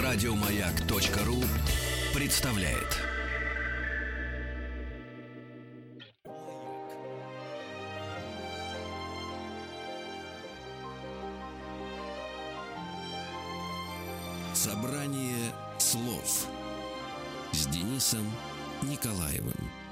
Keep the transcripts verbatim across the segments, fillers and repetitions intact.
Радиомаяк.ру представляет. Собрание слов с Денисом Николаевым.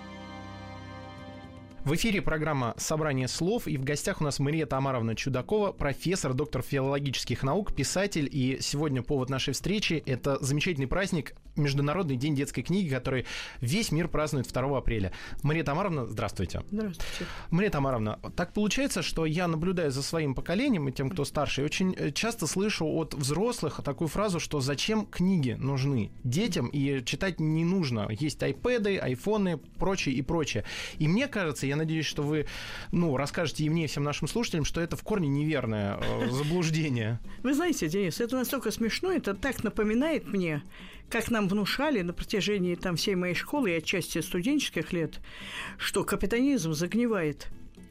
В эфире программа «Собрание слов», и в гостях у нас Мария Тамаровна Чудакова, профессор, доктор филологических наук, писатель. И сегодня повод нашей встречи – это замечательный праздник – Международный день детской книги, который весь мир празднует второго апреля. Мария Тамаровна, здравствуйте. Здравствуйте. Мария Тамаровна, так получается, что я наблюдаю за своим поколением и тем, кто старше, и очень часто слышу от взрослых такую фразу, что зачем книги нужны детям, и читать не нужно. Есть айпэды, айфоны, прочее и прочее. И мне кажется, я надеюсь, что вы ну, расскажете и мне, и всем нашим слушателям, что это в корне неверное э, заблуждение. Вы знаете, Денис, это настолько смешно, это так напоминает мне, как нам внушали на протяжении там, всей моей школы и отчасти студенческих лет, что капитализм загнивает.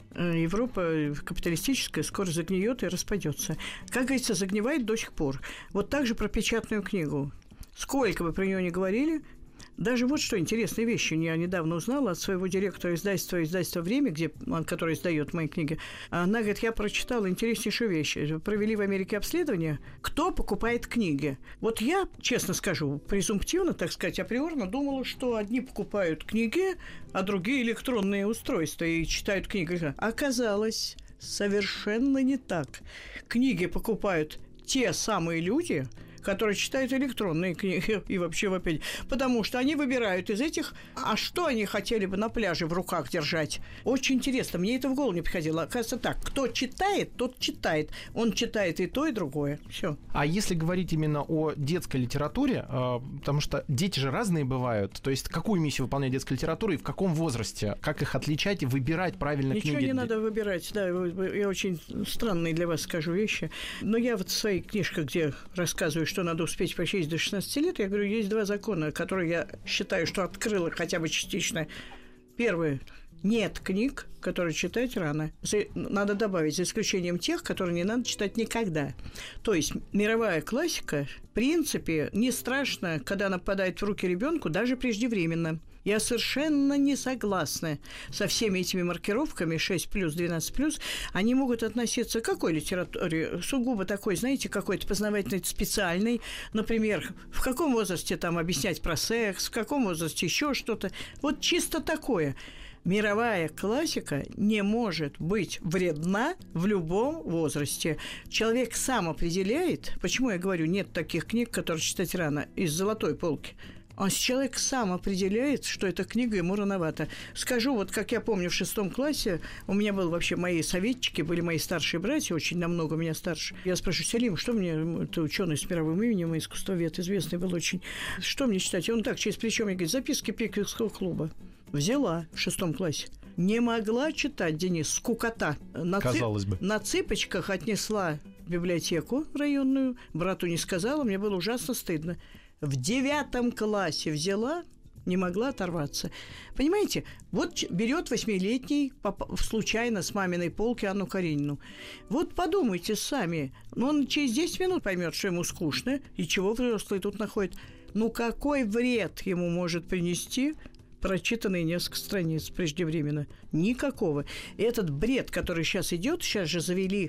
Европа капиталистическая скоро загниет и распадется. Как говорится, загнивает до сих пор. Вот так же про печатную книгу. Сколько бы про нее ни говорили, даже вот что интересные вещи я недавно узнала от своего директора издательства, издательства «Время», где, который издает мои книги. Она говорит, я прочитала интереснейшую вещь. Провели в Америке обследование, кто покупает книги. Вот я, честно скажу, презумптивно, так сказать, априорно думала, что одни покупают книги, а другие электронные устройства и читают книги. Оказалось, совершенно не так. Книги покупают те самые люди, которые читают электронные книги и вообще опять, потому что они выбирают из этих, а что они хотели бы на пляже в руках держать. Очень интересно, мне это в голову не приходило. Оказывается так, кто читает, тот читает. Он читает и то, и другое. Все. А если говорить именно о детской литературе, потому что дети же разные бывают, то есть какую миссию выполняет детская литература и в каком возрасте? Как их отличать и выбирать правильно Ничего книги? Ничего не надо выбирать, да, я очень странные для вас скажу вещи. Но я вот в своей книжке, где рассказываю, что надо успеть прочесть до шестнадцати лет, я говорю, есть два закона, которые я считаю, что открыла хотя бы частично. Первый. Нет книг, которые читать рано. Надо добавить, за исключением тех, которые не надо читать никогда. То есть мировая классика, в принципе, не страшно, когда она попадает в руки ребенку, даже преждевременно. Я совершенно не согласна со всеми этими маркировками шесть плюс, двенадцать плюс. Они могут относиться к какой литературе? Сугубо такой, знаете, какой-то познавательной, специальной. Например, в каком возрасте там объяснять про секс, в каком возрасте еще что-то. Вот чисто такое. Мировая классика не может быть вредна в любом возрасте. Человек сам определяет, почему я говорю, нет таких книг, которые читать рано, из золотой полки. А человек сам определяет, что эта книга ему рановато. Скажу, вот как я помню, в шестом классе у меня был вообще мои советчики, были мои старшие братья, очень намного меня старше. Я спрашиваю, Селим, что мне, ты ученый с мировым именем, искусствовед, известный был очень, что мне читать? И он так через плечо мне говорит, записки Пиквикского клуба. Взяла в шестом классе. Не могла читать, Денис, скукота. На Казалось цып... бы. На цыпочках отнесла в библиотеку районную, брату не сказала, мне было ужасно стыдно. В девятом классе взяла, не могла оторваться. Понимаете, вот берет восьмилетний случайно с маминой полки Анну Каренину. Вот подумайте сами, ну, он через десять минут поймет, что ему скучно, и чего взрослый тут находит. Ну, какой вред ему может принести прочитанные несколько страниц преждевременно? Никакого. И этот бред, который сейчас идет, сейчас же завели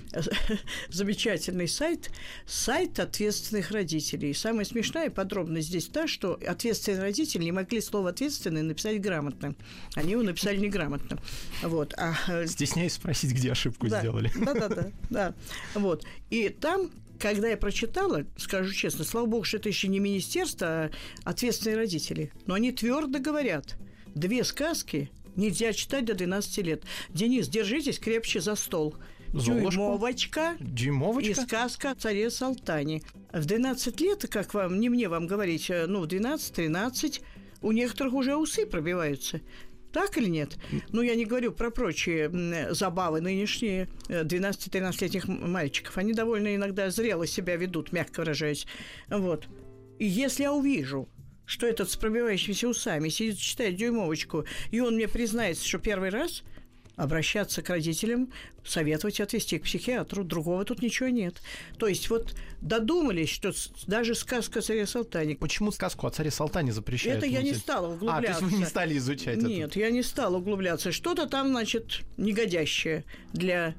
замечательный сайт, сайт ответственных родителей. И самая смешная подробность здесь та, что ответственные родители не могли слово «ответственный» написать грамотно. Они его написали неграмотно. Вот. А... Стесняюсь спросить, где ошибку да, сделали. Да-да-да. Да. Вот. И там... Когда я прочитала, скажу честно, слава богу, что это еще не министерство, а ответственные родители. Но они твердо говорят, две сказки нельзя читать до двенадцати лет. Денис, держитесь крепче за стол. Дюймовочка, Дюймовочка и сказка о царе Салтане. В двенадцать лет, как вам, не мне вам говорить, ну, в двенадцать-тринадцать у некоторых уже усы пробиваются. Так или нет? Ну, я не говорю про прочие забавы нынешние двенадцати-тринадцатилетних мальчиков. Они довольно иногда зрело себя ведут, мягко выражаясь. Вот. И если я увижу, что этот с пробивающимися усами сидит, читает дюймовочку, и он мне признается, что первый раз, обращаться к родителям, советовать отвезти к психиатру. Другого тут ничего нет. То есть вот додумались, что даже сказка о царе Салтане. Почему сказку о царе Салтане запрещают? Это я не стала углубляться. А, то есть вы не стали изучать это? Нет, я не стала углубляться. Что-то там, значит, негодящее для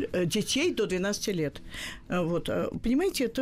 детей до двенадцати лет. Вот. Понимаете, это...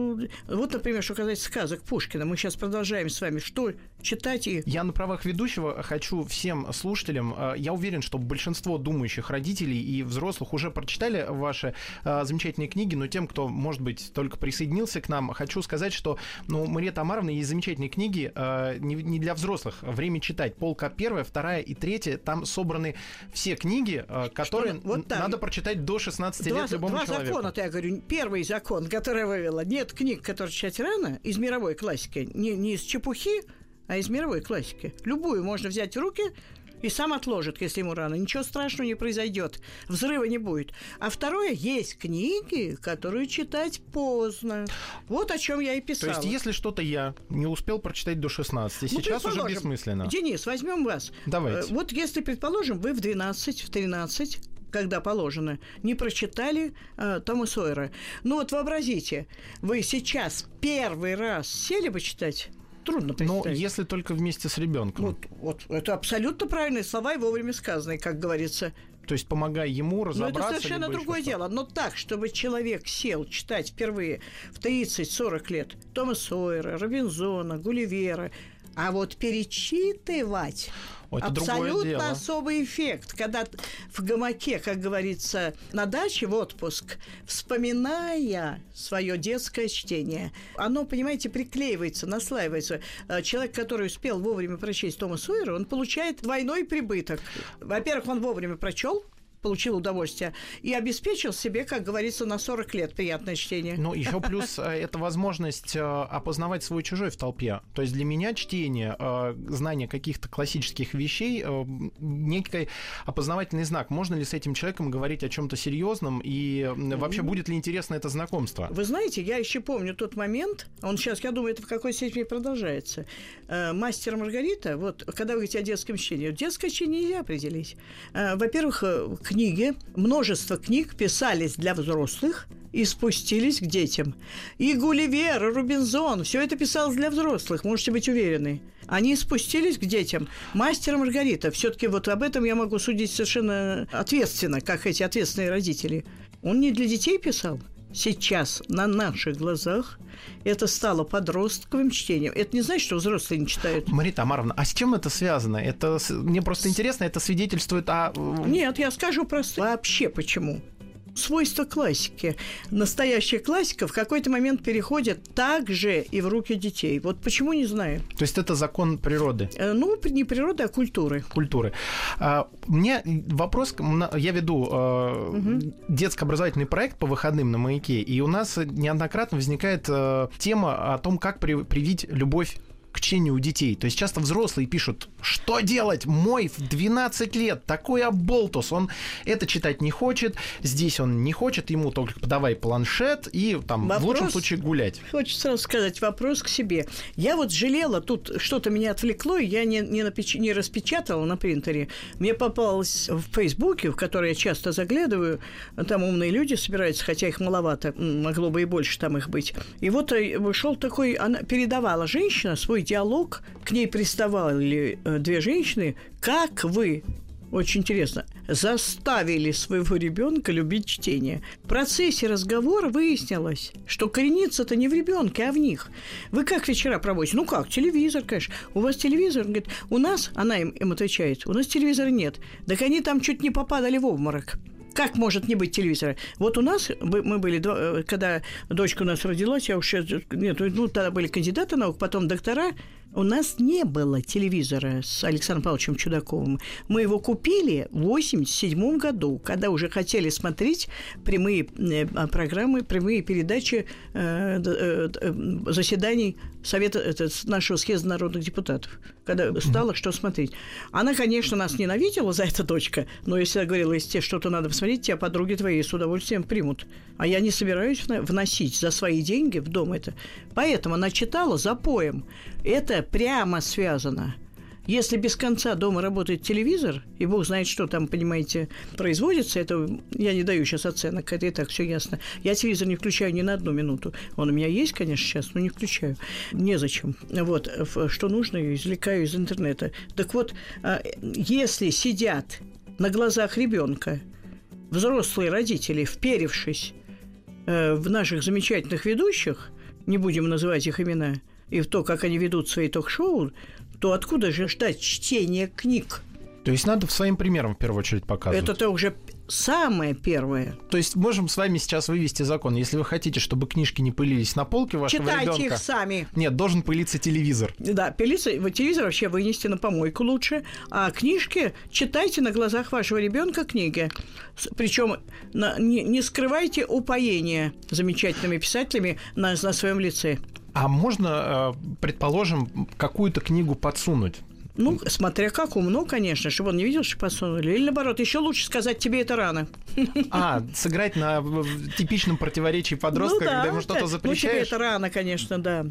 Вот, например, что касается сказок Пушкина. Мы сейчас продолжаем с вами. Что читать и... Я на правах ведущего хочу всем слушателям... Я уверен, что большинство думающих родителей и взрослых уже прочитали ваши uh, замечательные книги, но тем, кто, может быть, только присоединился к нам, хочу сказать, что ну, у Марии Тамаровны есть замечательные книги uh, не, не для взрослых. «Время читать». Полка первая, вторая и третья. Там собраны все книги, uh, которые что, вот надо прочитать до шестнадцати два, лет любому два человеку. Два закона-то, я говорю. Первый закон, который я вывела. Нет книг, которые читать рано, из мировой классики. Не, не из чепухи, а из мировой классики. Любую можно взять в руки и сам отложит, если ему рано. Ничего страшного не произойдет. Взрыва не будет. А второе, есть книги, которые читать поздно. Вот о чем я и писала. То есть, если что-то я не успел прочитать до шестнадцати, ну, сейчас уже бессмысленно. Денис, возьмем вас. Давайте. Вот если, предположим, вы в двенадцать, в тринадцать... когда положено, не прочитали э, Тома Сойера. Ну вот вообразите, вы сейчас первый раз сели бы читать? Трудно представить. Ну, если только вместе с ребенком. Вот, вот, это абсолютно правильные слова и вовремя сказанные, как говорится. То есть, помогая ему разобраться. Но это совершенно другое дело. Но так, чтобы человек сел читать впервые в тридцать-сорок лет Тома Сойера, Робинзона, Гулливера, а вот перечитывать... Это абсолютно особый эффект, когда в гамаке, как говорится, на даче в отпуск, вспоминая свое детское чтение, оно, понимаете, приклеивается, наслаивается. Человек, который успел вовремя прочесть Тома Сойера, он получает двойной прибыток. Во-первых, он вовремя прочел, получил удовольствие и обеспечил себе, как говорится, на сорок лет приятное чтение. Ну, еще плюс это возможность опознавать свой чужой в толпе. То есть для меня чтение, знание каких-то классических вещей, некий опознавательный знак. Можно ли с этим человеком говорить о чем-то серьезном и вообще будет ли интересно это знакомство? Вы знаете, я еще помню тот момент, он сейчас, я думаю, это в какой степени продолжается. «Мастер и Маргарита», вот, когда вы говорите о детском чтении, детское чтение нельзя определить. Во-первых, книги, множество книг писались для взрослых и спустились к детям. И Гулливер, и Робинзон, все это писалось для взрослых, можете быть уверены. Они спустились к детям. «Мастер и Маргарита», все-таки вот об этом я могу судить совершенно ответственно, как эти ответственные родители. Он не для детей писал. Сейчас на наших глазах это стало подростковым чтением. Это не значит, что взрослые не читают. Мария Тамаровна, а с чем это связано? Это мне просто интересно, это свидетельствует о... Нет, я скажу просто вообще почему. Свойство классики. Настоящая классика в какой-то момент переходит также и в руки детей. Вот почему, не знаю. То есть это закон природы? Ну, не природы, а культуры. Культуры. А, у меня вопрос. Я веду а, угу. детско-образовательный проект по выходным на «Маяке», и у нас неоднократно возникает а, тема о том, как при, привить любовь к чтению у детей. То есть часто взрослые пишут, что делать? Мой в двенадцать лет такой оболтус, он это читать не хочет, здесь он не хочет, ему только подавай планшет и там вопрос, в лучшем случае гулять. Хочется сразу сказать, вопрос к себе. Я вот жалела, тут что-то меня отвлекло, и я не, не, напеч... не распечатала на принтере. Мне попалось в Фейсбуке, в который я часто заглядываю, там умные люди собираются, хотя их маловато, могло бы и больше там их быть. И вот вышел такой, она передавала женщина свой диалог, к ней приставали две женщины. Как вы, очень интересно, заставили своего ребенка любить чтение? В процессе разговора выяснилось, что коренится-то не в ребенке, а в них. Вы как вечера проводите? Ну как, телевизор, конечно. У вас телевизор? Он говорит, у нас, она им, им отвечает, у нас телевизора нет. Так они там чуть не попадали в обморок. Как может не быть телевизора? Вот у нас, мы были, когда дочка у нас родилась, я уж, нет, ну, тогда были кандидаты наук, потом доктора, у нас не было телевизора с Александром Павловичем Чудаковым. Мы его купили в восемьдесят седьмом году, когда уже хотели смотреть прямые программы, прямые передачи э, э, заседаний Совета, это, нашего съезда народных депутатов, когда стало что смотреть. Она, конечно, нас ненавидела за это, дочка, но если я говорила, если тебе что-то надо посмотреть, тебя подруги твои с удовольствием примут. А я не собираюсь вносить за свои деньги в дом это. Поэтому она читала запоем. Это прямо связано. Если без конца дома работает телевизор, и бог знает, что там, понимаете, производится, это я не даю сейчас оценок, это и так все ясно. Я телевизор не включаю ни на одну минуту. Он у меня есть, конечно, сейчас, но не включаю. Незачем. Вот, что нужно, я извлекаю из интернета. Так вот, если сидят на глазах ребенка взрослые родители, вперевшись в наших замечательных ведущих, не будем называть их имена, и в то, как они ведут свои ток-шоу, то откуда же ждать чтения книг? То есть надо своим примером в первую очередь показывать. Это-то уже самое первое. То есть можем с вами сейчас вывести закон. Если вы хотите, чтобы книжки не пылились на полке вашего Читайте ребенка... их сами. Нет, должен пылиться телевизор. Да, пылиться, телевизор вообще вынести на помойку лучше, а книжки читайте на глазах вашего ребенка книги. Причем не, не скрывайте упоение замечательными писателями на, на своем лице. А можно, предположим, какую-то книгу подсунуть? Ну, смотря как, умно, конечно, чтобы он не видел, что подсунули. Или, наоборот, еще лучше сказать, тебе это рано. А, сыграть на типичном противоречии подростка, ну, да, когда ему что-то запрещаешь? Ну, тебе это рано, конечно, да.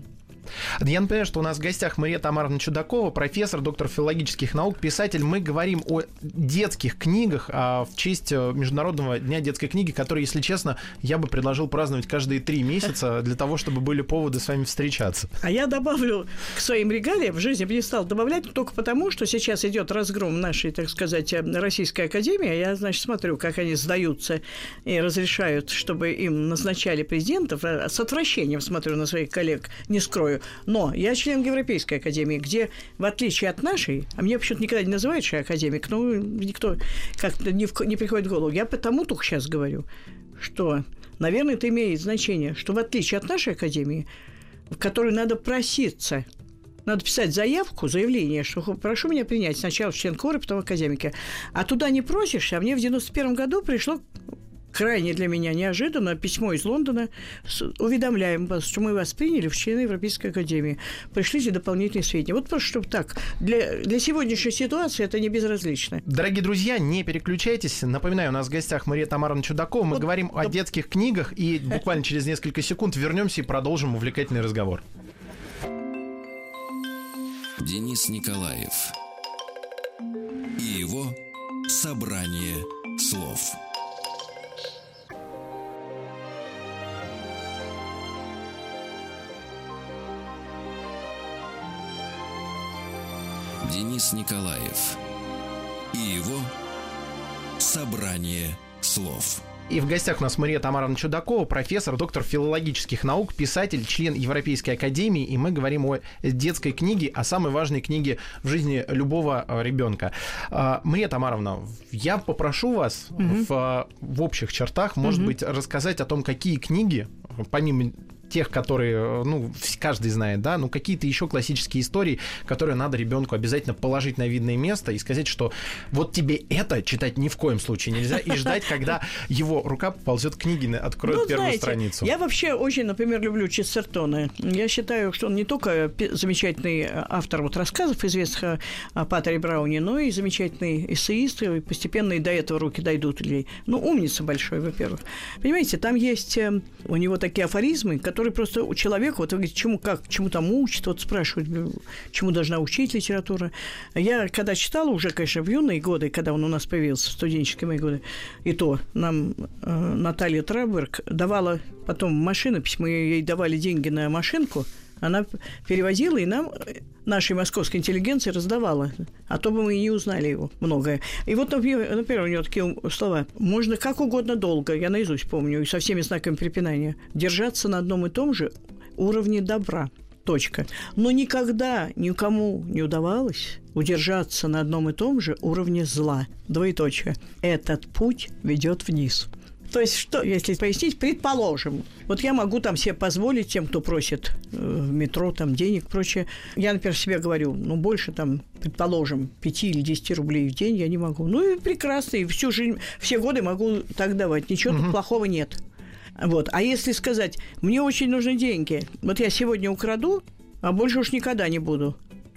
Я напоминаю, что у нас в гостях Мария Тамаровна Чудакова, профессор, доктор филологических наук, писатель. Мы говорим о детских книгах а в честь Международного дня детской книги, который, если честно, я бы предложил праздновать каждые три месяца для того, чтобы были поводы с вами встречаться. А я добавлю к своим регалиям, в жизни бы не стал добавлять, только потому, что сейчас идет разгром нашей, так сказать, Российской Академии. Я, значит, смотрю, как они сдаются и разрешают, чтобы им назначали президентов. С отвращением смотрю на своих коллег, не скрою. Но я член Европейской Академии, где, в отличие от нашей, а мне почему-то никогда не называют, что я академик, но никто как-то не, в, не приходит в голову. Я потому только сейчас говорю, что, наверное, это имеет значение, что в отличие от нашей Академии, в которой надо проситься, надо писать заявку, заявление, что прошу меня принять сначала в член Коры, потом в академике. А туда не просишь, а мне в девяносто первом году пришло... крайне для меня неожиданно письмо из Лондона. Уведомляем вас, что мы вас приняли в члены Европейской Академии. Пришлите дополнительные сведения. Вот просто чтобы так. Для, для сегодняшней ситуации это не безразлично. Дорогие друзья, не переключайтесь. Напоминаю, у нас в гостях Мария Тамаровна Чудакова. Мы вот, говорим да... о детских книгах. И буквально через несколько секунд вернемся и продолжим увлекательный разговор. Денис Николаев и его собрание слов. Денис Николаев и его собрание слов. И в гостях у нас Мария Тамаровна Чудакова, профессор, доктор филологических наук, писатель, член Европейской Академии. И мы говорим о детской книге, о самой важной книге в жизни любого ребенка. Мария Тамаровна, я попрошу вас угу. в, в общих чертах, может угу. быть, рассказать о том, какие книги, помимо тех, которые, ну, каждый знает, да, ну, какие-то еще классические истории, которые надо ребенку обязательно положить на видное место и сказать, что вот тебе это читать ни в коем случае нельзя, и ждать, когда его рука ползет к книге, откроет ну, первую знаете, страницу. Я вообще очень, например, люблю Честертона. Я считаю, что он не только замечательный автор вот рассказов, известных о Паттере Брауне, но и замечательный эссеист, и постепенно и до этого руки дойдут. Ну, умница большой, во-первых. Понимаете, там есть у него такие афоризмы, которые который просто у человека, вот вы говорите, чему, как, чему там учат, вот спрашивают, чему должна учить литература. Я когда читала уже, конечно, в юные годы, когда он у нас появился, в студенческие мои годы, и то нам э, Наталья Траберг давала потом машинопись, мы ей давали деньги на машинку, она переводила и нам, нашей московской интеллигенции, раздавала. А то бы мы и не узнали его многое. И вот, например, у него такие слова. Можно как угодно долго, я наизусть помню, и со всеми знаками препинания, держаться на одном и том же уровне добра. Точка. Но никогда никому не удавалось удержаться на одном и том же уровне зла. Двоеточие. Этот путь ведет вниз. То есть, что, если пояснить, предположим, вот я могу там себе позволить тем, кто просит э, в метро там денег и прочее. Я, например, себе говорю, ну, больше там, предположим, пяти или десяти рублей в день я не могу. Ну, и прекрасно, и всю жизнь, все годы могу так давать. Ничего uh-huh. тут плохого нет. Вот. А если сказать, мне очень нужны деньги, вот я сегодня украду, а больше уж никогда не буду,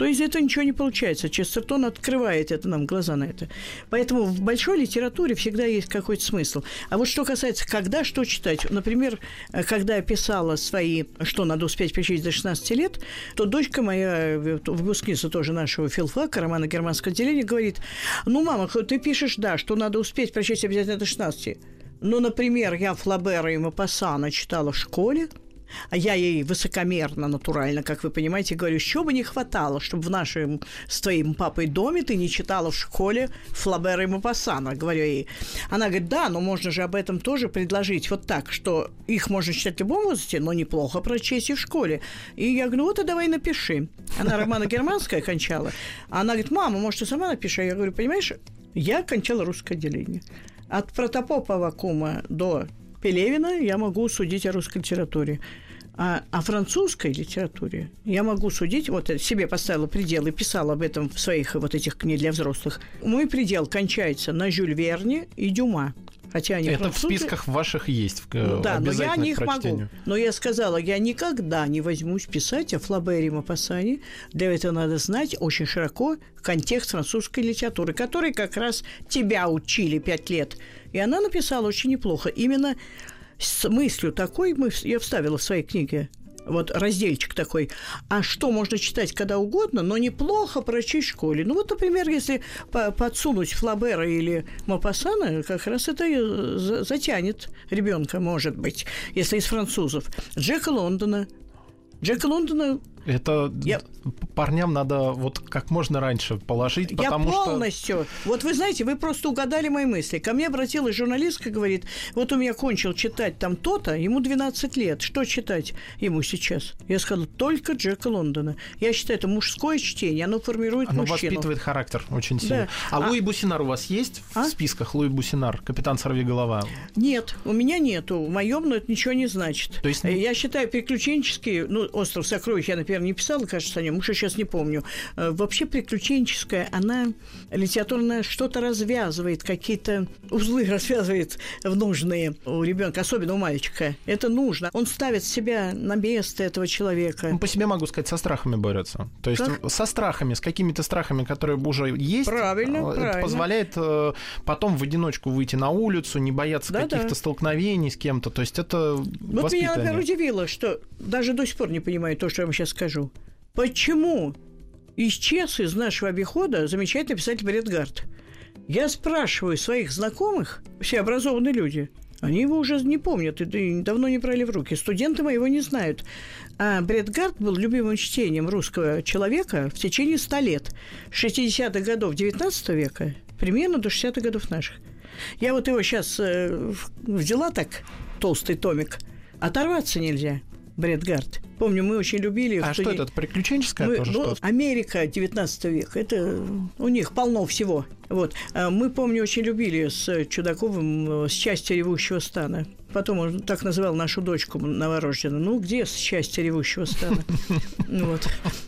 то из этого ничего не получается. Честертон открывает это нам глаза на это. Поэтому в большой литературе всегда есть какой-то смысл. А вот что касается, когда что читать. Например, когда я писала свои, что надо успеть прочесть до шестнадцати лет, то дочка моя, выпускница тоже нашего филфака, романа германского отделения, говорит: ну, мама, ты пишешь, да, что надо успеть прочесть обязательно до шестнадцати. Ну, например, я Флабера и Мопассана читала в школе, а я ей высокомерно, натурально, как вы понимаете, говорю, что бы не хватало, чтобы в нашем с твоим папой доме ты не читала в школе Флабера и Мопассана, говорю ей. Она говорит: да, но можно же об этом тоже предложить вот так, что их можно читать в любом возрасте, но неплохо прочесть и в школе. И я говорю: вот и давай напиши. Она романа германское кончала. Она говорит: мама, может, ты сама напиши? Я говорю: понимаешь, я кончала русское отделение. От Протопопа Аввакума до Пелевина я могу судить о русской литературе. А о французской литературе я могу судить, вот себе поставила предел и писала об этом в своих вот этих книгах для взрослых. Мой предел кончается на Жюль Верне и Дюма. Хотя они это французы. В списках ваших есть, ну, да, но я не их прочтению. могу. Но я сказала, я никогда не возьмусь писать о Флабере и Мопассане. Для этого надо знать очень широко контекст французской литературы, который как раз тебя учили пять лет. И она написала очень неплохо. Именно с мыслью такой мы, я вставила в своей книге. Вот разделчик такой. А что можно читать когда угодно, но неплохо прочесть в школе? Ну вот, например, если подсунуть Флабера или Мопассана, как раз это затянет ребенка, может быть, если из французов. Джека Лондона. Джека Лондона... Это я... парням надо вот как можно раньше положить, потому я полностью... что... Вот вы знаете, вы просто угадали мои мысли. Ко мне обратилась журналистка, говорит: вот у меня кончил читать там то-то, ему двенадцать лет. Что читать ему сейчас? Я сказала: только Джека Лондона. Я считаю, это мужское чтение, оно формирует оно мужчину. Оно воспитывает характер очень сильно. Да. А, а Луи Бусинар у вас есть в а? списках? Луи Бусинар, «Капитан Сорвиголова»? Нет, у меня нету. В моем, но это ничего не значит. То есть... Я считаю, приключенческие... Ну, «Остров сокровищ» я, например, не писала, кажется, о нем, уж я сейчас не помню. Вообще приключенческая, она литературная что-то развязывает, какие-то узлы развязывает в нужные у ребенка, особенно у мальчика. Это нужно. Он ставит себя на место этого человека. Ну, по себе могу сказать, со страхами борется. То есть как? Со страхами, с какими-то страхами, которые уже есть. Правильно, это правильно. Позволяет э, потом в одиночку выйти на улицу, не бояться да, каких-то да. столкновений с кем-то. То есть это вот воспитание. Меня, например, удивило, что даже до сих пор не понимаю то, что я вам сейчас скажу. Почему исчез из нашего обихода замечательный писатель Бретгард? Я спрашиваю своих знакомых, все образованные люди, они его уже не помнят и давно не брали в руки. Студенты моего не знают. А Бретгард был любимым чтением русского человека в течение ста лет. С шестидесятых годов девятнадцатого века примерно до шестидесятых годов наших. Я вот его сейчас э, взяла так, толстый томик, оторваться нельзя. Бретгард. Помню, мы очень любили... А что это, это приключенческое мы, тоже ну, что-то? Америка девятнадцатого века, это у них полно всего. Вот. Мы, помню, очень любили с Чудаковым «Счастье ревущего стана». Потом он так называл нашу дочку новорожденную. Ну, где «Счастье ревущего стана»? Вот.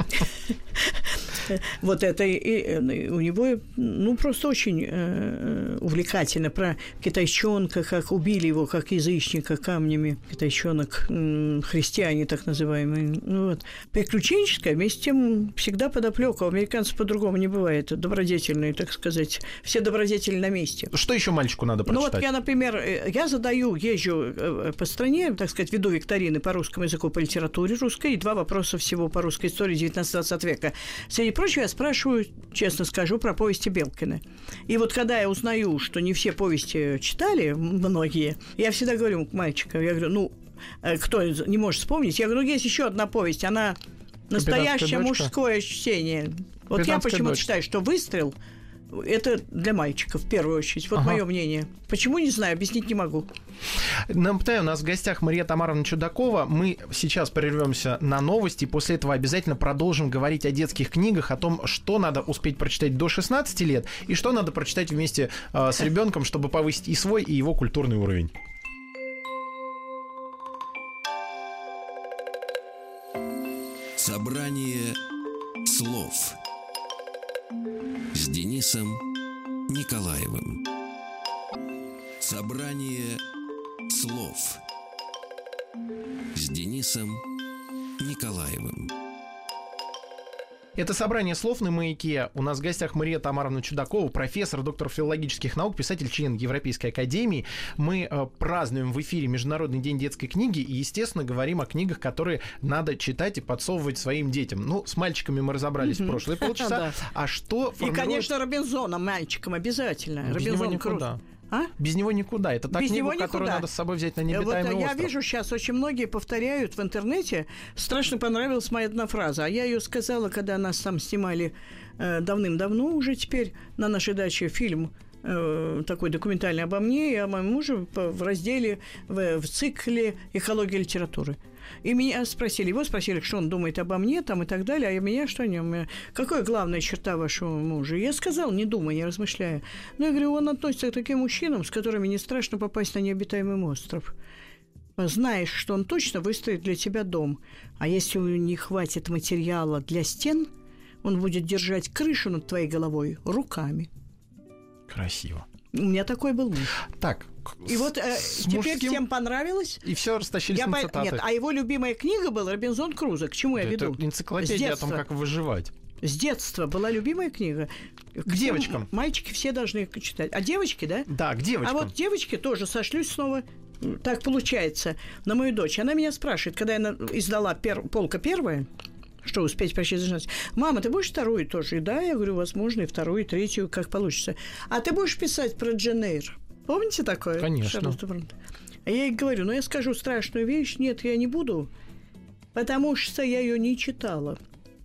Вот это и у него, ну, просто очень э, увлекательно про китайчонка, как убили его, как язычника камнями. Китайчонок, э, христиане так называемые. Ну, вот. Приключенческое, вместе с тем, всегда подоплека. У американцев по-другому не бывает. Добродетельные, так сказать. Все добродетели на месте. Что еще мальчику надо прочитать? Ну, вот я, например, я задаю, езжу по стране, так сказать, веду викторины по русскому языку, по литературе русской, и два вопроса всего по русской истории девятнадцатого-двадцатого века. Среди прочего, я спрашиваю, честно скажу, про повести Белкина. И вот когда я узнаю, что не все повести читали, многие, я всегда говорю мальчикам, я говорю, ну, кто не может вспомнить, я говорю, ну, есть еще одна повесть, она настоящее мужское чтение. Вот я почему-то считаю, что «Выстрел» — это для мальчиков в первую очередь. Вот ага. мое мнение. Почему, не знаю, объяснить не могу. Напоминаю, у нас в гостях Мария Тамаровна Чудакова. Мы сейчас прервемся на новости. После этого обязательно продолжим говорить о детских книгах, о том, что надо успеть прочитать до шестнадцати лет и что надо прочитать вместе э, с ребенком, чтобы повысить и свой, и его культурный уровень. Собрание слов с Денисом Николаевым. Собрание слов с Денисом Николаевым. Это собрание слов на маяке. У нас в гостях Мария Тамаровна Чудакова, профессор, доктор филологических наук, писатель, член Европейской академии. Мы э, празднуем в эфире Международный день детской книги и, естественно, говорим о книгах, которые надо читать и подсовывать своим детям. Ну, с мальчиками мы разобрались в прошлые полчаса. А что И, конечно, Робинзона мальчиком обязательно. Робинзон Крузо. А? Без него никуда. Это та Без книга, него которую надо с собой взять на необитаемый вот остров. Я вижу сейчас, очень многие повторяют в интернете. Страшно понравилась моя одна фраза. А я ее сказала, когда нас там снимали э, давным-давно уже теперь на нашей даче фильм э, такой документальный обо мне и о моем муже в разделе, в, в цикле «Экология литературы». И меня спросили, его спросили, что он думает обо мне там и так далее, а меня что о нем? Какая главная черта вашего мужа? Я сказал, не думая, не размышляя. Ну, я говорю, он относится к таким мужчинам, с которыми не страшно попасть на необитаемый остров. Знаешь, что он точно выстроит для тебя дом. А если у него не хватит материала для стен, он будет держать крышу над твоей головой руками. Красиво. У меня такой был муж. Так, и вот э, теперь мужским... всем понравилось. И все растащились я на по... цитаты. Нет, а его любимая книга была «Робинзон Крузо». К чему я это веду? Это энциклопедия о том, как выживать. С детства была любимая книга. К, к девочкам. Мальчики все должны читать. А девочки, да? Да, к девочкам. А вот девочки тоже сошлюсь снова. Так получается. На мою дочь. Она меня спрашивает, когда я издала пер... полка первая, что успеть почти зажнать. Мама, ты будешь вторую тоже? И да, я говорю, возможно, и вторую, и третью, как получится. А ты будешь писать про Джейн Эйр? Помните такое? Конечно. А я ей говорю, ну я скажу страшную вещь, нет, я не буду, потому что я ее не читала.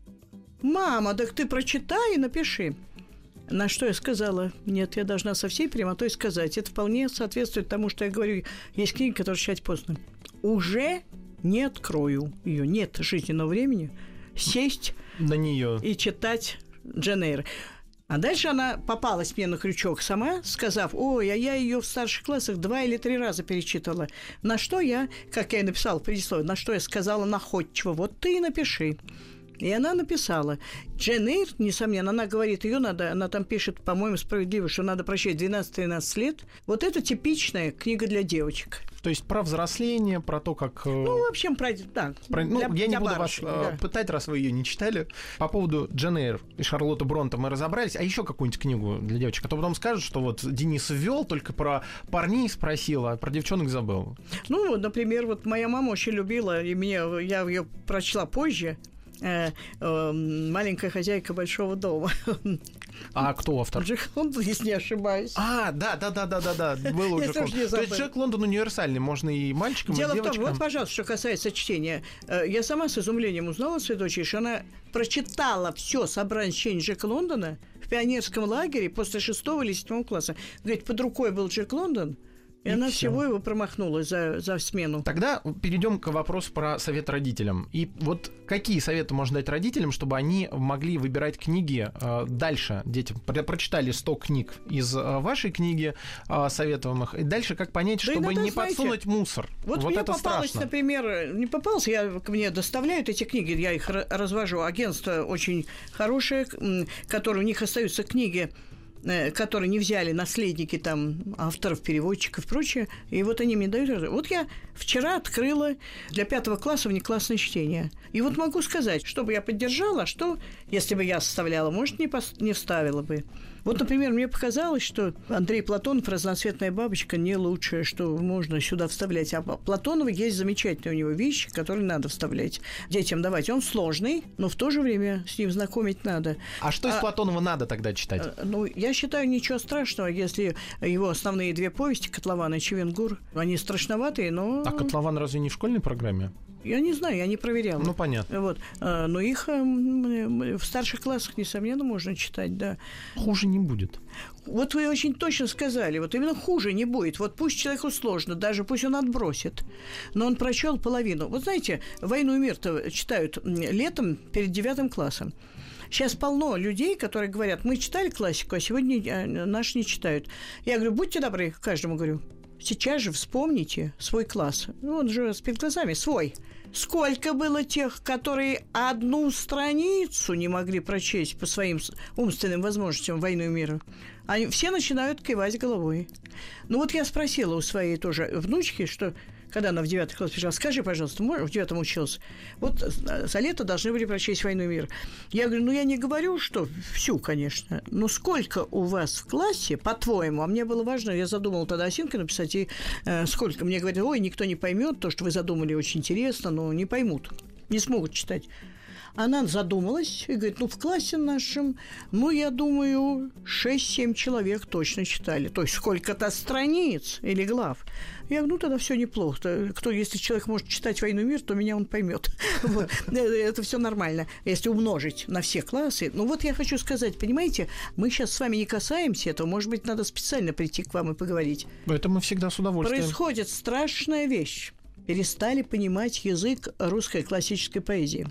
Мама, так ты прочитай и напиши. На что я сказала, нет, я должна со всей прямотой сказать. Это вполне соответствует тому, что я говорю. Есть книги, которые читать поздно. Уже не открою ее, нет жизненного времени сесть на нее и читать Джейн Эйр. А дальше она попалась мне на крючок сама, сказав, ой, а я ее в старших классах два или три раза перечитывала. На что я, как я и написала в предисловии, на что я сказала находчиво, вот ты и напиши. И она написала. Джейн Эйр, несомненно, она говорит, ее надо, она там пишет, по-моему, справедливо, что надо прочесть двенадцать-тринадцать лет. Вот это типичная книга для девочек. То есть про взросление, про то, как... Ну, в общем, про... Да, про ну, для, я не буду барышень, вас да. пытать, раз вы ее не читали. По поводу Джейн Эйр и Шарлотты Бронте мы разобрались. А еще какую-нибудь книгу для девочек? А то потом скажут, что вот Денис ввел, только про парней спросил, а про девчонок забыл. Ну, например, вот моя мама очень любила, и мне, я ее прочла позже, Э, э, «Маленькая хозяйка большого дома». А кто автор? Джек Лондон, если не ошибаюсь. А, да, да, да, да, да, да. Был уже. То есть Джек Лондон универсальный, можно и мальчикам, Дело и девочкам. Дело в том, вот, пожалуйста, что касается чтения. Я сама с изумлением узнала своей дочери, что она прочитала все собрание чтения Джека Лондона в пионерском лагере после шестого или седьмого класса. Говорит, под рукой был Джек Лондон. И, и она всё. всего его промахнулась за, за смену. Тогда перейдем к вопросу про совет родителям. И вот какие советы можно дать родителям, чтобы они могли выбирать книги э, дальше детям? Про- прочитали сто книг из э, вашей книги э, советуемых, и дальше как понять, да чтобы иногда, не знаете, подсунуть мусор? Вот, вот мне это попалось, страшно. Например, не попалось, я, мне доставляют эти книги, я их развожу. Агентство очень хорошее, которое у них остаются книги, которые не взяли наследники там авторов, переводчиков и прочее. И вот они мне дают. Вот я вчера открыла для пятого класса внеклассное чтение. И вот могу сказать, что бы я поддержала, что, если бы я составляла, может, не, пос- не вставила бы. Вот, например, мне показалось, что Андрей Платонов «Разноцветная бабочка» не лучшее, что можно сюда вставлять. А Платонова есть замечательные у него вещи, которые надо вставлять, детям давать. Он сложный, но в то же время с ним знакомить надо. А что из а, Платонова надо тогда читать? Ну, я считаю, ничего страшного, если его основные две повести «Котлован» и «Чевенгур», они страшноватые, но... А «Котлован» разве не в школьной программе? Я не знаю, я не проверяла. Ну, понятно. Вот. Но их в старших классах, несомненно, можно читать, да. Хуже не будет. Вот вы очень точно сказали. Вот именно хуже не будет. Вот пусть человеку сложно, даже пусть он отбросит. Но он прочел половину. Вот знаете, «Войну и мир»-то читают летом перед девятым классом. Сейчас полно людей, которые говорят, мы читали классику, а сегодня наши не читают. Я говорю, будьте добры, каждому говорю. Сейчас же вспомните свой класс. Он же перед глазами свой. Сколько было тех, которые одну страницу не могли прочесть по своим умственным возможностям «Войну и мир». Они все начинают кивать головой. Ну вот я спросила у своей тоже внучки, что когда она в девятый класс пришла, скажи, пожалуйста, в девятом училась, вот за лето должны были прочесть «Войну и мир». Я говорю, ну, я не говорю, что всю, конечно, но сколько у вас в классе, по-твоему, а мне было важно, я задумала тогда Осинка написать, и э, сколько, мне говорят, ой, никто не поймет, то, что вы задумали, очень интересно, но не поймут, не смогут читать. Она задумалась и говорит, ну, в классе нашем, ну, я думаю, шесть-семь человек точно читали. То есть сколько-то страниц или глав. Я говорю, ну, тогда все неплохо. Кто, если человек может читать «Войну и мир», то меня он поймет. Это все нормально, если умножить на все классы. Ну, вот я хочу сказать, понимаете, мы сейчас с вами не касаемся этого. Может быть, надо специально прийти к вам и поговорить. Это мы всегда с удовольствием. Происходит страшная вещь. Перестали понимать язык русской классической поэзии.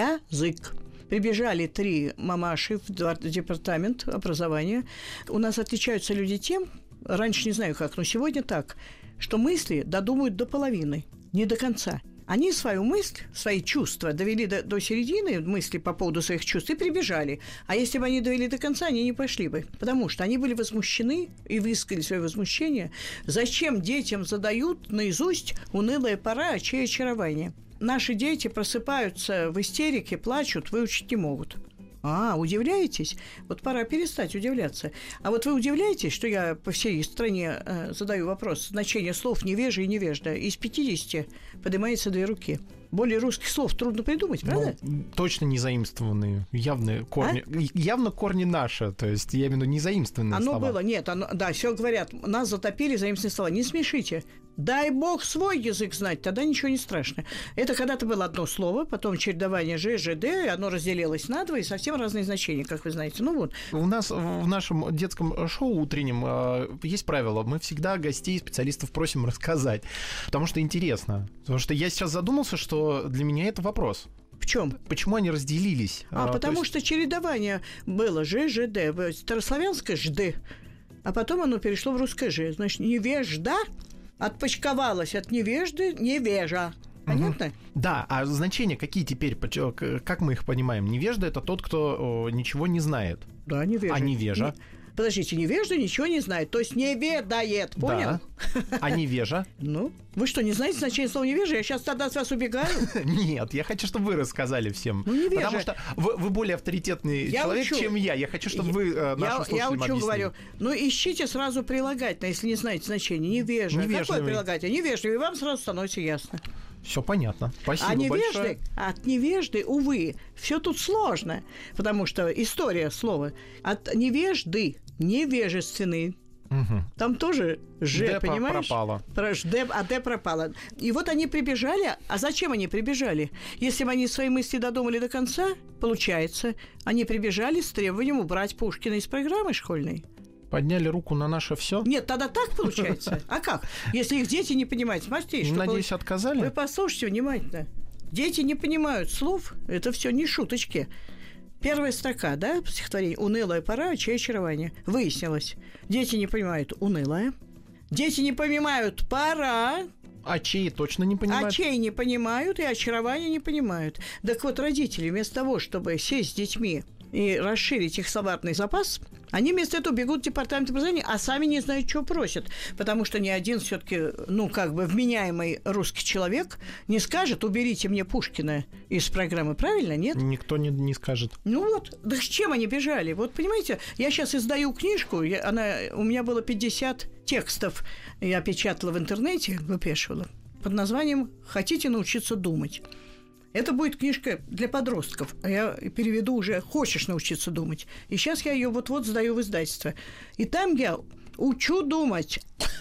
Язык. Прибежали три мамаши в департамент образования. У нас отличаются люди тем, раньше не знаю как, но сегодня так, что мысли додумают до половины, не до конца. Они свою мысль, свои чувства довели до, до середины, мысли по поводу своих чувств, и прибежали. А если бы они довели до конца, они не пошли бы. Потому что они были возмущены и высказали свое возмущение. Зачем детям задают наизусть «Унылая пора, а чье очарование»? Наши дети просыпаются в истерике, плачут, выучить не могут. А, удивляетесь? Вот пора перестать удивляться. А вот вы удивляетесь, что я по всей стране э, задаю вопрос, значение слов «невежа» и «невежда». Из пятидесяти поднимается две руки. Более русских слов трудно придумать, правда? Ну, точно не заимствованные. Явно корни, а? явно корни наши. То есть, я имею в виду не заимствованные оно слова. Оно было, нет. Оно, да, все говорят, нас затопили заимственные слова. Не смешите. Дай бог свой язык знать, тогда ничего не страшно. Это когда-то было одно слово, потом чередование Ж, Ж, Д, оно разделилось на два, и совсем разные значения, как вы знаете. Ну вот. У нас в нашем детском шоу утреннем э, есть правило. Мы всегда гостей, специалистов просим рассказать, потому что интересно. Потому что я сейчас задумался, что для меня это вопрос. В чем? Почему они разделились? А, а потому есть... что чередование было Ж, Ж, Д. Старославянское Жды, а потом оно перешло в русское Ж. Значит, невежда отпочковалась от невежды невежа. Понятно? Угу. Да, а значения какие теперь? Как мы их понимаем? Невежда — это тот, кто о, ничего не знает. Да, невежа. А невежа? Подождите, невежда ничего не знает, то есть не ведает, понял? Да. А невежа? Ну, вы что, не знаете значение слова невежа? Я сейчас тогда с вас убегаю? Нет, я хочу, чтобы вы рассказали всем. Ну, невежа. Потому что вы, вы более авторитетный я человек, учу. чем я. Я хочу, чтобы вы э, нашим слушателям Я учу, объяснили. говорю. Ну, ищите сразу прилагательное, если не знаете значение. Невежа. Какое прилагательное? Невежливый. Вам сразу становится ясно. Все понятно. Спасибо а невежды, большое. От невежды, увы, все тут сложно, потому что история слова. От невежды невежественный. Угу. Там тоже «ж», Д понимаешь? пропало. Д, а «д» пропало. И вот они прибежали. А зачем они прибежали? Если бы они свои мысли додумали до конца, получается, они прибежали с требованием убрать Пушкина из программы школьной. Подняли руку на наше все? Нет, тогда так получается. А как? Если их дети не понимают. Смотрите, что Надеюсь, получ... отказали? Вы послушайте внимательно. Дети не понимают слов. Это все не шуточки. Первая строка, да, стихотворение «Унылая пора, а чье очарование». Выяснилось. Дети не понимают «унылая». Дети не понимают «пора». А чьи точно не понимают? А чей не понимают и очарование не понимают. Так вот, родители вместо того, чтобы сесть с детьми и расширить их словарный запас, они вместо этого бегут в департамент образования, а сами не знают, чего просят. Потому что ни один все-таки, ну, как бы вменяемый русский человек не скажет: уберите мне Пушкина из программы, правильно, нет? Никто не, не скажет. Ну вот, да с чем они бежали? Вот, понимаете, я сейчас издаю книжку, я, она, у меня было пятьдесят текстов, я печатала в интернете, выпешивала, под названием «Хотите научиться думать?». Это будет книжка для подростков. А я переведу уже «Хочешь научиться думать?». И сейчас я ее вот-вот сдаю в издательство. И там я учу думать.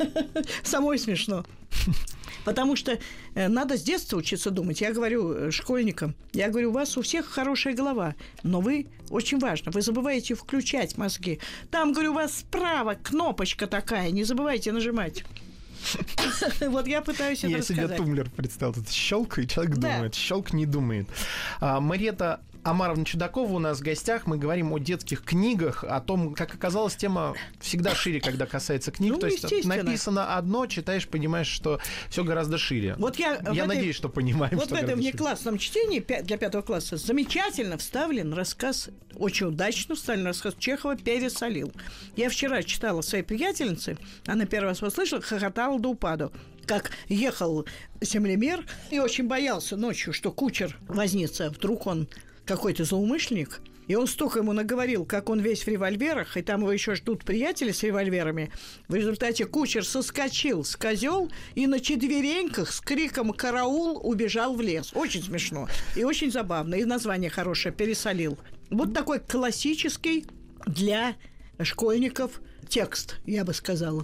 Самой смешно. Потому что надо с детства учиться думать. Я говорю школьникам, я говорю, у вас у всех хорошая голова, но вы, очень важно, вы забываете включать мозги. Там, говорю, у вас справа кнопочка такая, не забывайте нажимать. Вот я пытаюсь это я рассказать. Я себе тумблер представил. Тут щелк, и человек да. думает. Щелк не думает. А, Мариэтта Омаровна Чудакова у нас в гостях. Мы говорим о детских книгах, о том, как оказалось, тема всегда шире, когда касается книг. Ну, то есть написано одно, читаешь, понимаешь, что все гораздо шире. Вот я я этой, надеюсь, что понимаем, вот что в этом шире. внеклассном чтении для пятого класса замечательно вставлен рассказ, очень удачно вставлен рассказ Чехова «Пересолил». Я вчера читала своей приятельнице, она первый раз услышала, хохотала до упаду. Как ехал землемер и очень боялся ночью, что кучер вознится, вдруг он какой-то злоумышленник, и он столько ему наговорил, как он весь в револьверах, и там его еще ждут приятели с револьверами. В результате кучер соскочил с козел и на четвереньках с криком «Караул!» убежал в лес. Очень смешно и очень забавно. И название хорошее «Пересолил». Вот такой классический для школьников текст, я бы сказала.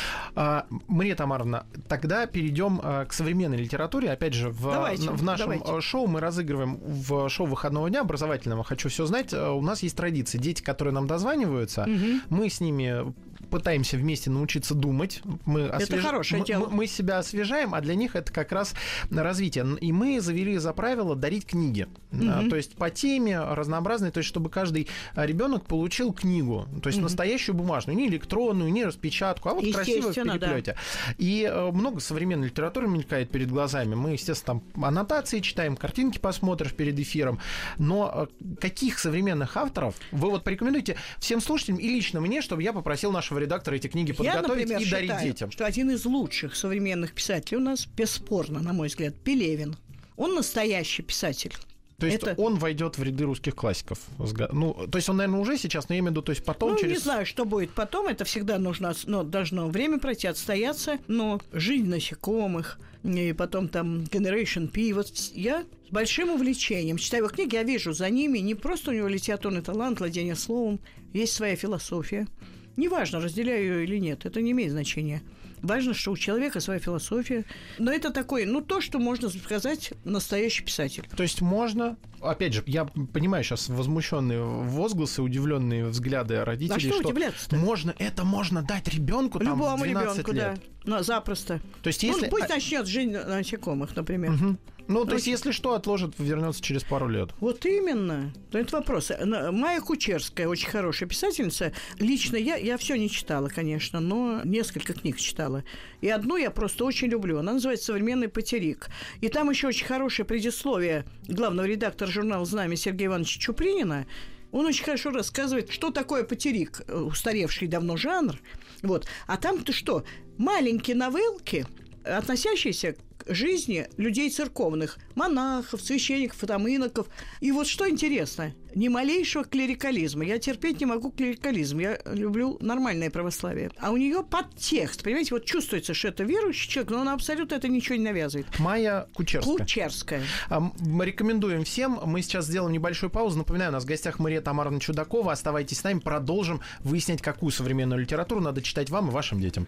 А, Мария Тамаровна, тогда перейдем а, к современной литературе. Опять же, в, давайте, в нашем давайте. шоу мы разыгрываем в шоу выходного дня образовательного «Хочу все знать». У нас есть традиция. Дети, которые нам дозваниваются, угу. мы с ними пытаемся вместе научиться думать. Мы освеж... Это хорошее мы, дело. Мы себя освежаем, а для них это как раз развитие. И мы завели за правило дарить книги. Угу. А, то есть по теме разнообразной, то есть чтобы каждый ребенок получил книгу. То есть угу. настоящую бумажную, не электронную, не распечатку, а вот красиво в переплете. Да. И э, много современной литературы мелькает перед глазами. Мы, естественно, там аннотации читаем, картинки посмотришь перед эфиром. Но э, каких современных авторов вы вот порекомендуете всем слушателям и лично мне, чтобы я попросил нашего редактора эти книги подготовить я, например, и дарить считаю, детям? Что один из лучших современных писателей у нас, бесспорно, на мой взгляд, Пелевин. Он настоящий писатель. То есть это... он войдет в ряды русских классиков. Ну, то есть он, наверное, уже сейчас, но я имею в виду, то есть потом ну, через... не знаю, что будет потом. Это всегда нужно, ну, должно время пройти, отстояться. Но «Жизнь насекомых», и потом там Generation P. Вот я с большим увлечением читаю его книги, я вижу за ними не просто у него литературный талант, владение словом, есть своя философия. Неважно, разделяю ее или нет, это не имеет значения. Важно, что у человека своя философия. Но это такой, ну, то, что можно сказать настоящий писатель. То есть можно... Опять же, я понимаю сейчас возмущенные возгласы, удивленные взгляды родителей, а что, что удивляться-то? Можно, это можно дать ребенку там в двенадцать ребенку, лет. Да. Ну, запросто. То есть, если... Ну, пусть начнет жизнь насекомых, например. Угу. Ну, то Очень... есть, если что, отложит, вернется через пару лет. Вот именно. То это вопрос. Майя Кучерская, очень хорошая писательница. Лично я, я все не читала, конечно, но несколько книг читала. И одну я просто очень люблю. Она называется «Современный потерик». И там еще очень хорошее предисловие главного редактора журнала «Знамя» Сергея Ивановича Чупринина. Он очень хорошо рассказывает, что такое потерик, устаревший давно жанр. Вот. А там-то что? Маленькие новелки, относящиеся к жизни людей церковных, монахов, священников, там, иноков. И вот что интересно, ни малейшего клерикализма. Я терпеть не могу клерикализм, я люблю нормальное православие. А у нее подтекст, понимаете, вот чувствуется, что это верующий человек, но она абсолютно это ничего не навязывает. Майя Кучерская. Кучерская. Мы рекомендуем всем. Мы сейчас сделаем небольшую паузу. Напоминаю, у нас в гостях Мария Тамаровна Чудакова. Оставайтесь с нами, продолжим выяснять, какую современную литературу надо читать вам и вашим детям.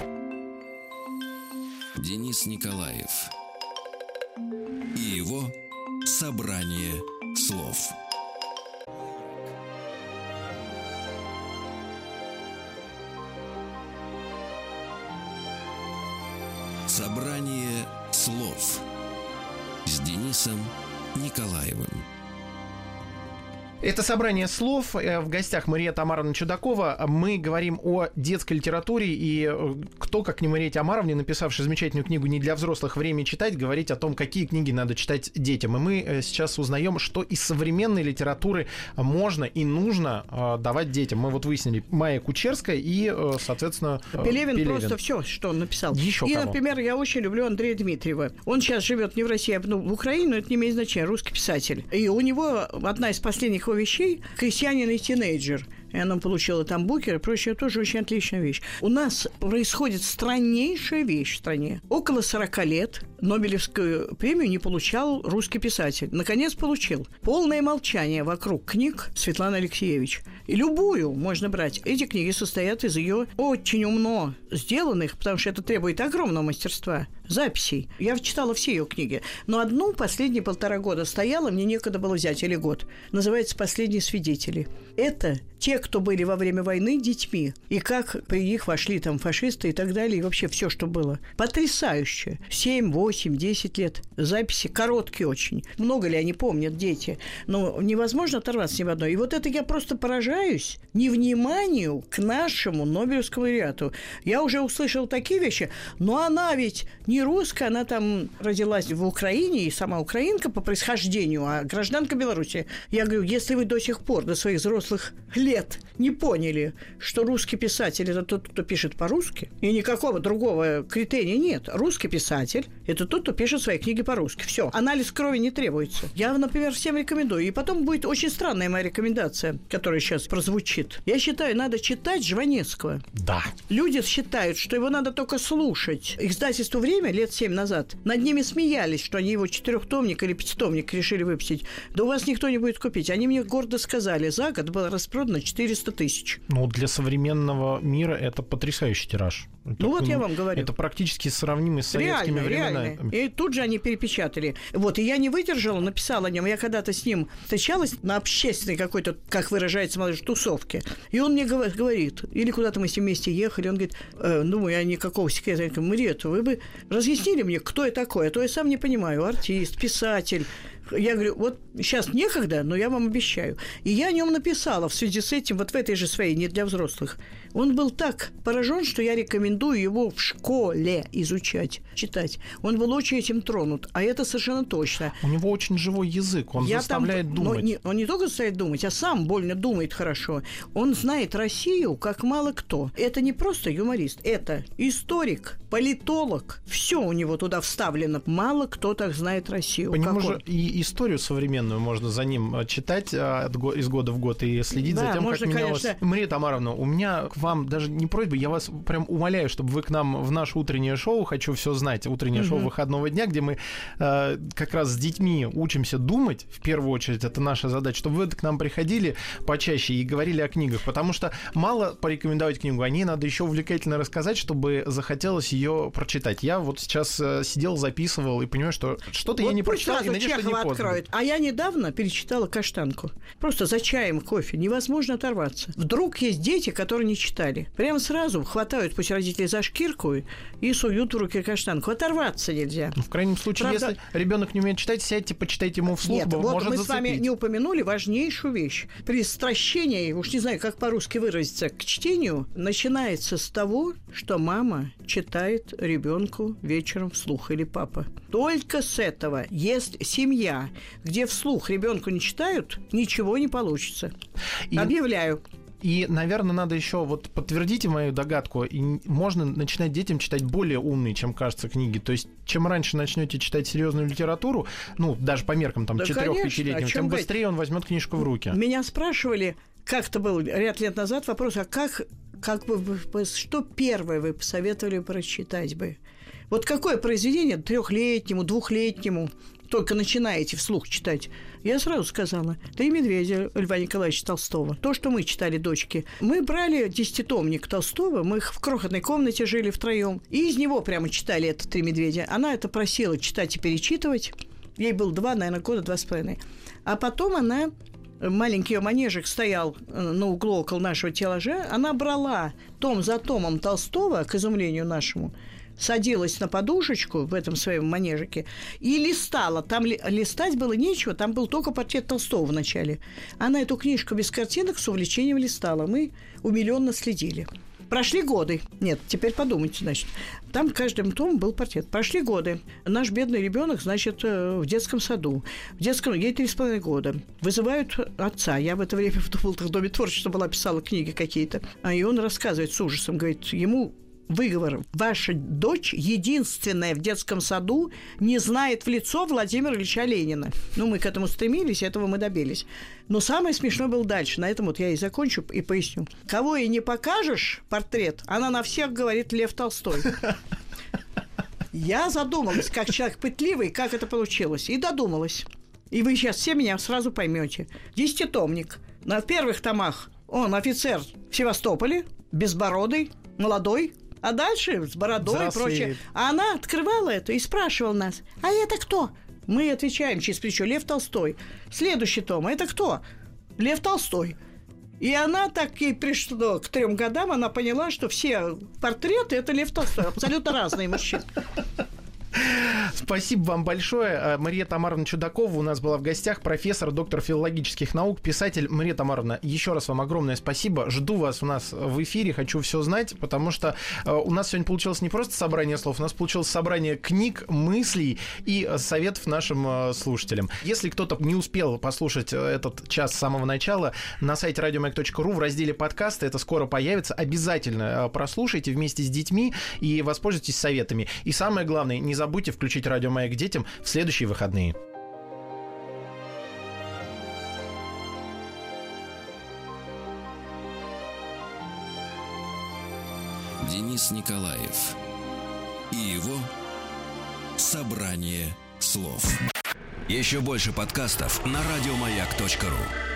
Денис Николаев и его собрание слов. Собрание слов с Денисом Николаевым. Это собрание слов. В гостях Мария Тамаровна Чудакова. Мы говорим о детской литературе. И кто, как не Мария Тамаровна, написавшая замечательную книгу «Не для взрослых. Время читать», говорить о том, какие книги надо читать детям. И мы сейчас узнаем, что из современной литературы можно и нужно давать детям. Мы вот выяснили Майя Кучерская и, соответственно, Пелевин. Пелевин. Просто все, что он написал. Еще и, кого? Например, я очень люблю Андрея Дмитриева. Он сейчас живет не в России, а в Украине, но это не имеет значения. Русский писатель. И у него одна из последних вещей «Крестьянин и тинейджер». И она получила там Букер и прочее, тоже очень отличная вещь. У нас происходит страннейшая вещь в стране. Около сорока лет Нобелевскую премию не получал русский писатель. Наконец получил. Полное молчание вокруг книг Светланы Алексеевич. И любую можно брать. Эти книги состоят из ее очень умно сделанных, потому что это требует огромного мастерства, записей. Я читала все ее книги. Но одну последние полтора года стояла, мне некогда было взять, или год. Называется «Последние свидетели». Это те, кто были во время войны детьми, и как при них вошли там фашисты и так далее, и вообще все, что было. Потрясающе. семь, восемь восемь-десять лет. Записи короткие очень. Много ли они помнят, дети? Но невозможно оторваться ни в одной. И вот это я просто поражаюсь невниманию к нашему Нобелевскому лауреату. Я уже услышала такие вещи, но она ведь не русская, она там родилась в Украине, и сама украинка по происхождению, а гражданка Беларуси. Я говорю, если вы до сих пор, до своих взрослых лет, не поняли, что русский писатель – это тот, кто пишет по-русски, и никакого другого критерия нет. Русский писатель – это тот, кто пишет свои книги по-русски. Все. Анализ крови не требуется. Я, например, всем рекомендую. И потом будет очень странная моя рекомендация, которая сейчас прозвучит. Я считаю, надо читать Жванецкого. Да. Люди считают, что его надо только слушать. Издательство «Время» лет семь назад над ними смеялись, что они его четырехтомник или пятитомник решили выпустить. Да у вас никто не будет купить. Они мне гордо сказали, за год было распродано четыреста тысяч. Ну, для современного мира это потрясающий тираж. Ну, это, вот я вам говорю. Это практически сравнимый с советскими реально, временами. Реально. И тут же они перепечатали. Вот, и я не выдержала, написала о нем. Я когда-то с ним встречалась на общественной какой-то, как выражается молодежь, тусовке. И он мне говорит, или куда-то мы с ним вместе ехали, он говорит, э, ну, я никакого секрета. Я говорю, Мариэтта, вы бы разъяснили мне, кто я такой? А то я сам не понимаю. Артист, писатель. Я говорю, вот сейчас некогда, но я вам обещаю. И я о нем написала в связи с этим, вот в этой же своей, не для взрослых. Он был так поражен, что я рекомендую его в школе изучать, читать. Он был очень этим тронут, а это совершенно точно. У него очень живой язык, он я заставляет там, думать. Не, он не только заставляет думать, а сам больно думает хорошо. Он знает Россию, как мало кто. Это не просто юморист, это историк, политолог. Все у него туда вставлено. Мало кто так знает Россию. По нему же и историю современную можно за ним читать из года в год и следить да, за тем, можно, как менялось. Конечно... Мария Тамаровна, у меня к вам даже не просьба, я вас прям умоляю, чтобы вы к нам в наше утреннее шоу «Хочу все знать», утреннее угу. шоу выходного дня, где мы э, как раз с детьми учимся думать, в первую очередь, это наша задача, чтобы вы к нам приходили почаще и говорили о книгах, потому что мало порекомендовать книгу, о ней надо еще увлекательно рассказать, чтобы захотелось ее прочитать. Я вот сейчас э, сидел, записывал и понимаю, что что-то вот я не прочитал, и надеюсь, что не поздно. Откроет. А я недавно перечитала «Каштанку». Просто за чаем, кофе. Невозможно оторваться. Вдруг есть дети, которые не читали. Прямо сразу хватают, пусть родители за шкирку и суют в руки «Каштанку». Оторваться нельзя. Ну, в крайнем случае, Правда... если ребенок не умеет читать, сядьте, почитайте ему вслух. Нет, вот может мы зацепить. с вами не упомянули важнейшую вещь. Пристращение, уж не знаю, как по-русски выразиться, к чтению начинается с того, что мама читает ребенку вечером вслух или папа. Только с этого. Есть семья, где вслух ребенку не читают, ничего не получится. И... Объявляю. И, наверное, надо еще вот подтвердите мою догадку. И можно начинать детям читать более умные, чем кажется, книги. То есть, чем раньше начнете читать серьезную литературу, ну, даже по меркам там да, четырех-пятилетним, тем говорить? быстрее он возьмет книжку в руки. Меня спрашивали, как-то был ряд лет назад вопрос, а как, как бы, что первое вы посоветовали прочитать бы? Вот какое произведение трехлетнему, двухлетнему только начинаете вслух читать? Я сразу сказала, «Три медведя» Льва Николаевича Толстого. То, что мы читали, дочки. Мы брали десятитомник Толстого, мы в крохотной комнате жили втроем, и из него прямо читали это «Три медведя». Она это просила читать и перечитывать. Ей было два, наверное, года, два с половиной. А потом она... Маленький ее манежик стоял на углу около нашего стеллажа. Она брала том за томом Толстого, к изумлению нашему, садилась на подушечку в этом своем манежике и листала. Там ли, листать было нечего, там был только портрет Толстого в начале. Она эту книжку без картинок с увлечением листала. Мы умилённо следили. Прошли годы. Нет, теперь подумайте, значит. Там в каждом томе был портрет. Прошли годы. Наш бедный ребенок, значит, в детском саду. В детском... Ей три с половиной года. Вызывают отца. Я в это время в Доме творчества была, писала книги какие-то. А и он рассказывает с ужасом. Говорит, ему... Выговор. Ваша дочь, единственная в детском саду, не знает в лицо Владимира Ильича Ленина. Ну, мы к этому стремились, этого мы добились. Но самое смешное было дальше. На этом вот я и закончу, и поясню. Кого ей не покажешь портрет, она на всех говорит Лев Толстой. Я задумалась, как человек пытливый, как это получилось. И додумалась. И вы сейчас все меня сразу поймете. Десятитомник. На первых томах он офицер в Севастополе, безбородый, молодой, а дальше с бородой Взрослеет. И прочее. А она открывала это и спрашивала нас, а это кто? Мы отвечаем через плечо, Лев Толстой. Следующий том, это кто? Лев Толстой. И она так ей пришло к трем годам, она поняла, что все портреты – это Лев Толстой, абсолютно разные мужчины. Спасибо вам большое. Мария Тамаровна Чудакова у нас была в гостях, профессор, доктор филологических наук, писатель. Мария Тамаровна, еще раз вам огромное спасибо. Жду вас у нас в эфире, хочу все знать, потому что у нас сегодня получилось не просто собрание слов, у нас получилось собрание книг, мыслей и советов нашим слушателям. Если кто-то не успел послушать этот час с самого начала, на сайте радиомаяк точка ру в разделе подкасты, это скоро появится, обязательно прослушайте вместе с детьми и воспользуйтесь советами. И самое главное, не забудьте включить радио «Маяк» детям в следующие выходные. Денис Николаев и его «Собрание слов». Еще больше подкастов на радиомаяк точка ру.